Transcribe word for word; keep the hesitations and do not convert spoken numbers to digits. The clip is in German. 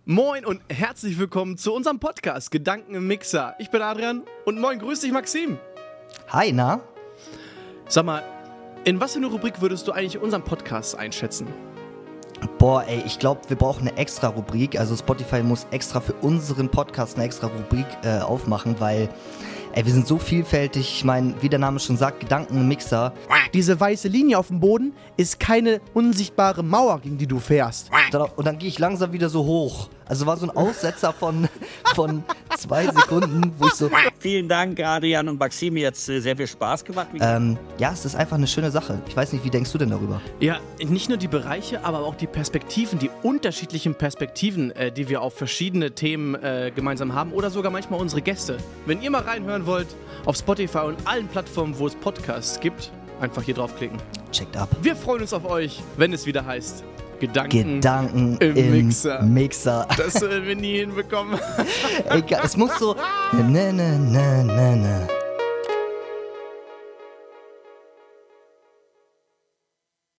Moin und herzlich willkommen zu unserem Podcast Gedanken im Mixer. Ich bin Adrian und moin, grüß dich Maxim. Hi, na? Sag mal, in was für eine Rubrik würdest du eigentlich unseren Podcast einschätzen? Boah, ey, ich glaube, wir brauchen eine extra Rubrik. Also Spotify muss extra für unseren Podcast eine extra Rubrik äh, aufmachen, weil, ey, wir sind so vielfältig. Ich meine, wie der Name schon sagt, Gedanken im Mixer. Diese weiße Linie auf dem Boden ist keine unsichtbare Mauer, gegen die du fährst. Und dann gehe ich langsam wieder so hoch. Also war so ein Aussetzer von, von zwei Sekunden, wo ich so... Vielen Dank, Adrian und Maxim, jetzt äh, sehr viel Spaß gemacht. Ähm, ja, es ist einfach eine schöne Sache. Ich weiß nicht, wie denkst du denn darüber? Ja, nicht nur die Bereiche, aber auch die Perspektiven, die unterschiedlichen Perspektiven, äh, die wir auf verschiedene Themen äh, gemeinsam haben oder sogar manchmal unsere Gäste. Wenn ihr mal reinhören wollt, auf Spotify und allen Plattformen, wo es Podcasts gibt, einfach hier draufklicken. Checkt ab. Wir freuen uns auf euch, wenn es wieder heißt Gedanken, Gedanken im, im Mixer. Mixer. Das werden wir nie hinbekommen. Egal, es muss so... Ne, ne, ne, ne, ne.